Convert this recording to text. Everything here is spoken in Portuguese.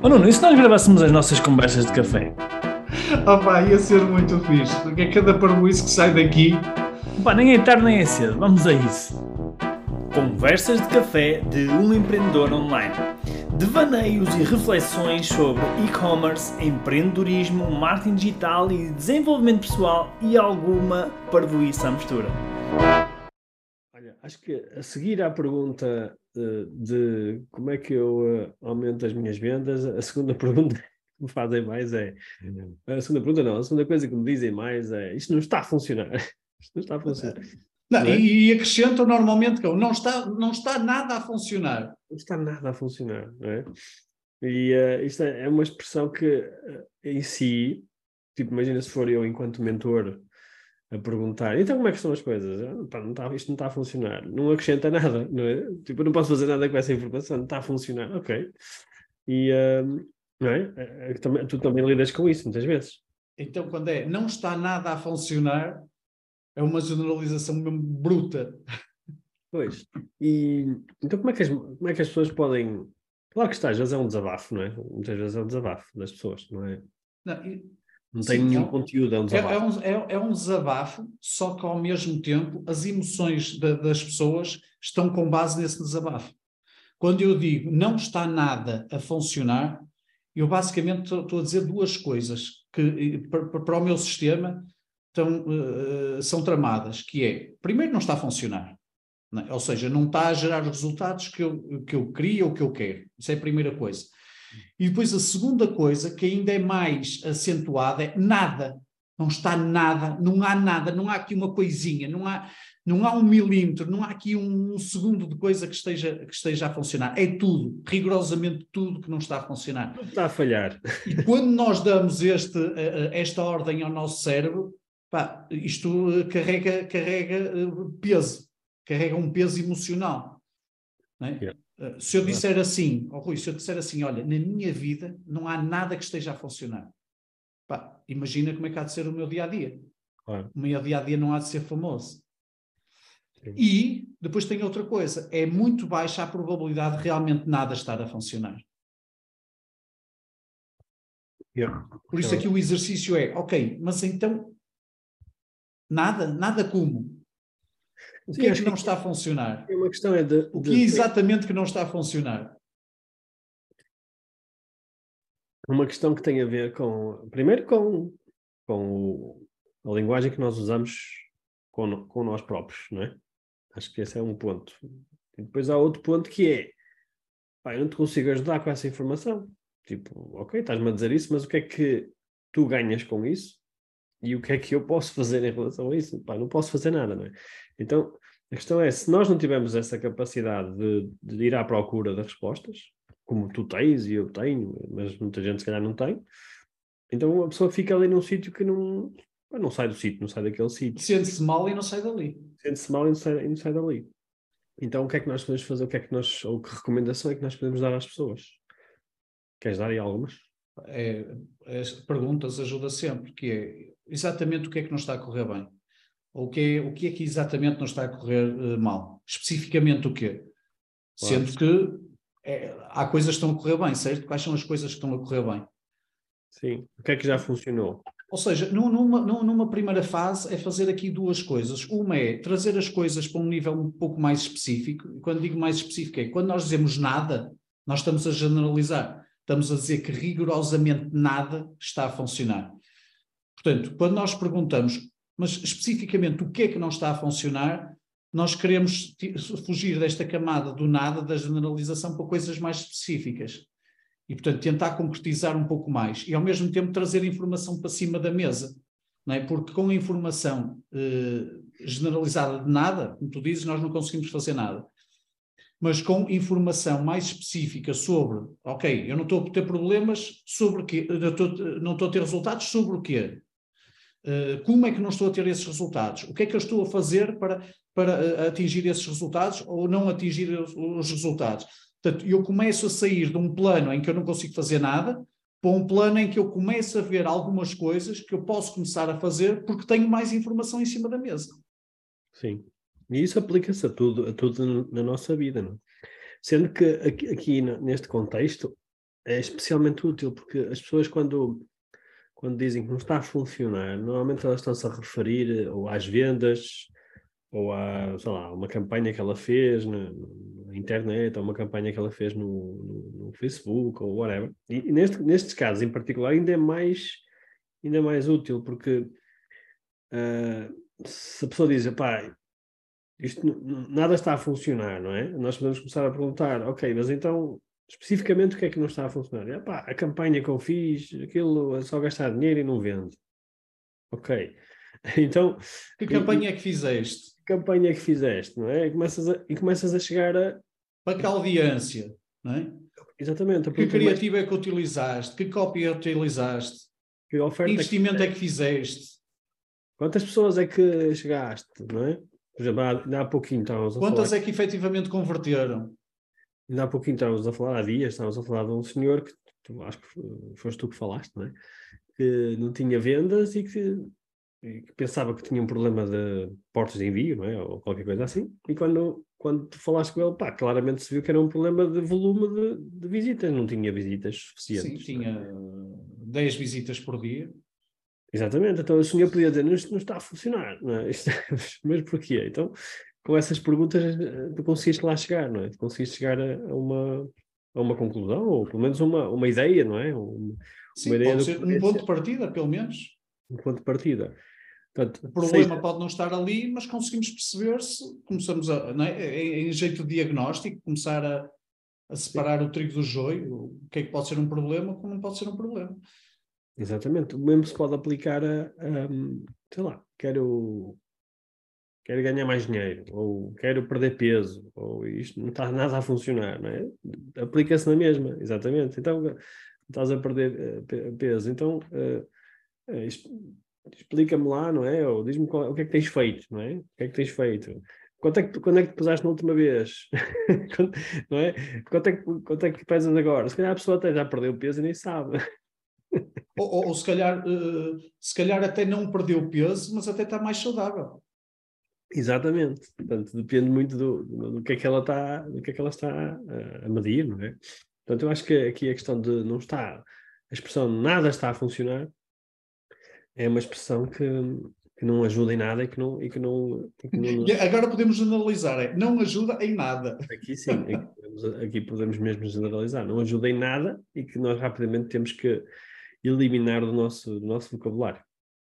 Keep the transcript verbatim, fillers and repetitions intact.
Oh Nuno, e se nós gravássemos as nossas conversas de café? Oh pá, ia ser muito fixe, porque é cada parboice que sai daqui. Pá, nem é tarde nem é cedo, vamos a isso. Conversas de café de um empreendedor online. Devaneios e reflexões sobre e-commerce, empreendedorismo, marketing digital e desenvolvimento pessoal e alguma parvoíce à mistura. Olha, acho que a seguir à pergunta uh, de como é que eu uh, aumento as minhas vendas, a segunda pergunta que me fazem mais é... A segunda pergunta não, a segunda coisa que me dizem mais é isto não está a funcionar. Isto não está a funcionar. Não, Não é? e, e acrescentam normalmente que não está, não está nada a funcionar. Não está nada a funcionar, não é? E uh, isto é, é uma expressão que uh, em si, tipo, imagina se for eu enquanto mentor a perguntar, então como é que estão as coisas? Ah, pá, não está, isto não está a funcionar. Não acrescenta nada, não é? Tipo, eu não posso fazer nada com essa informação, não está a funcionar, ok. E, uh, não é? É, é, também, tu também lidas com isso muitas vezes. Então, quando é não está nada a funcionar, é uma generalização mesmo bruta. Pois. E então como é que as, como é que as pessoas podem... Claro que está, às vezes é um desabafo, não é? Muitas vezes é um desabafo das pessoas, não é? Não, e, Não tem sim, é nenhum um, conteúdo, é um é, é desabafo. um, é, é um desabafo, só que ao mesmo tempo as emoções da, das pessoas estão com base nesse desabafo. Quando eu digo não está nada a funcionar, eu basicamente estou a dizer duas coisas que para, para o meu sistema estão, uh, são tramadas, que é, primeiro não está a funcionar, não é? Ou seja, não está a gerar os resultados que eu, que eu queria ou que eu quero. Isso é a primeira coisa. E depois a segunda coisa, que ainda é mais acentuada, é nada. Não está nada, não há nada, não há aqui uma coisinha, não há, não há um milímetro, não há aqui um, um segundo de coisa que esteja, que esteja a funcionar. É tudo, rigorosamente tudo que não está a funcionar. Tudo está a falhar. E quando nós damos este, esta ordem ao nosso cérebro, pá, isto carrega, carrega peso, carrega um peso emocional. Não é? Yeah. Se eu disser assim, oh Rui, se eu disser assim, olha, na minha vida não há nada que esteja a funcionar. Pá, imagina como é que há de ser o meu dia-a-dia. Claro. O meu dia-a-dia não há de ser famoso. Sim. E depois tem outra coisa, é muito baixa a probabilidade de realmente nada estar a funcionar. Yeah. Por isso aqui o exercício é, ok, mas então nada, nada como? O Sim, que é que acho não que está a funcionar? é uma questão é de, O que é de exatamente que não está a funcionar? uma questão que tem a ver com, primeiro com, com o, a linguagem que nós usamos com, com nós próprios, não é? Acho que esse é um ponto. E depois há outro ponto que é, pá, eu não te consigo ajudar com essa informação. Tipo, ok, estás-me a dizer isso, mas o que é que tu ganhas com isso? E o que é que eu posso fazer em relação a isso? Pá, não posso fazer nada, não é? Então, a questão é, se nós não tivermos essa capacidade de, de ir à procura das respostas, como tu tens e eu tenho, mas muita gente se calhar não tem, então a pessoa fica ali num sítio que não, não sai do sítio, não sai daquele sítio. Sente-se mal e não sai dali. Sente-se mal e não sai, e não sai dali. Então o que é que nós podemos fazer? O que é que nós, ou que recomendação é que nós podemos dar às pessoas? Queres dar aí algumas? É, as perguntas ajuda sempre, que é exatamente o que é que não está a correr bem. Ou o que é, o que, é que exatamente não está a correr uh, mal. Especificamente o quê? Claro. Sendo que é, há coisas que estão a correr bem, certo? Quais são as coisas que estão a correr bem? Sim. O que é que já funcionou? Ou seja, numa, numa primeira fase é fazer aqui duas coisas. Uma é trazer as coisas para um nível um pouco mais específico. E quando digo mais específico é quando nós dizemos nada, nós estamos a generalizar. Estamos a dizer que rigorosamente nada está a funcionar. Portanto, quando nós perguntamos, mas especificamente o que é que não está a funcionar, nós queremos fugir desta camada do nada, da generalização, para coisas mais específicas. E, portanto, tentar concretizar um pouco mais. E, ao mesmo tempo, trazer informação para cima da mesa. Não é? Porque com a informação eh, generalizada de nada, como tu dizes, nós não conseguimos fazer nada. Mas com informação mais específica sobre, ok, eu não estou a ter problemas sobre o quê? Eu estou, não estou a ter resultados sobre o quê? Uh, como é que não estou a ter esses resultados? O que é que eu estou a fazer para, para uh, atingir esses resultados ou não atingir os, os resultados? Portanto, eu começo a sair de um plano em que eu não consigo fazer nada para um plano em que eu começo a ver algumas coisas que eu posso começar a fazer porque tenho mais informação em cima da mesa. Sim. E isso aplica-se a tudo, a tudo na nossa vida, não é? Sendo que aqui, aqui neste contexto, é especialmente útil, porque as pessoas quando, quando dizem que não está a funcionar, normalmente elas estão-se a referir ou às vendas, ou a, sei lá, uma campanha que ela fez na, na internet, ou uma campanha que ela fez no, no, no Facebook, ou whatever. E, e neste, nestes casos em particular ainda é mais, ainda é mais útil, porque uh, se a pessoa diz, pá, isto nada está a funcionar, não é? Nós podemos começar a perguntar, ok, mas então, especificamente o que é que não está a funcionar? E, pá, a campanha que eu fiz, aquilo é só gastar dinheiro e não vende. Ok. Então... Que campanha e, é que fizeste? Que campanha é que fizeste, não é? E começas a, e começas a chegar a... Para que audiência, não é? Exatamente. Que criativo mais... é que utilizaste? Que cópia utilizaste? Que oferta que investimento é que, é que fizeste? Quantas pessoas é que chegaste, não é? Por exemplo, há, há pouquinho estávamos a Quantas falar... é que efetivamente converteram? Ainda há pouquinho estávamos a falar, há dias, estávamos a falar de um senhor que, tu, acho que foste tu que falaste, não é? Que não tinha vendas e que, e que pensava que tinha um problema de portos de envio, não é? Ou qualquer coisa assim. E quando, quando tu falaste com ele, pá, claramente se viu que era um problema de volume de, de visitas, não tinha visitas suficientes. Sim, tinha dez visitas por dia. Exatamente, então o senhor podia dizer, isto não está a funcionar, não é? Isto, mas porquê? Então, com essas perguntas, tu conseguiste lá chegar, não é? Tu conseguiste chegar a, a, uma, a uma conclusão, ou pelo menos uma, uma ideia, não é? Uma, Sim, uma ideia pode do ser um ponto de partida, pelo menos. Um ponto de partida. Portanto, o problema seja... pode não estar ali, mas conseguimos perceber se começamos a, não é? em, em jeito de diagnóstico, começar a, a separar Sim. o trigo do joio, o que é que pode ser um problema, como não pode ser um problema. Exatamente. O mesmo se pode aplicar a, a sei lá, quero, quero ganhar mais dinheiro, ou quero perder peso, ou isto não está nada a funcionar, não é? Aplica-se na mesma, exatamente. Então, estás a perder uh, peso, então uh, uh, explica-me lá, não é? Ou diz-me qual, o que é que tens feito, não é? O que é que tens feito? Quanto é que, quando é que pesaste na última vez? Não é? Quanto é, que, quanto é que pesas agora? Se calhar a pessoa até já perdeu peso e nem sabe. Ou, ou, ou se, calhar, uh, se calhar até não perdeu peso, mas até está mais saudável. Exatamente. Portanto, depende muito do, do, do que é que ela está, do que é que ela está a, a medir, não é? Portanto, eu acho que aqui a questão de não estar, a expressão nada está a funcionar, é uma expressão que, que não ajuda em nada e que não... E que não, e que não nos... Agora podemos generalizar, é, não ajuda em nada. Aqui sim, aqui podemos, aqui podemos mesmo generalizar. Não ajuda em nada e que nós rapidamente temos que eliminar do nosso, do nosso vocabulário.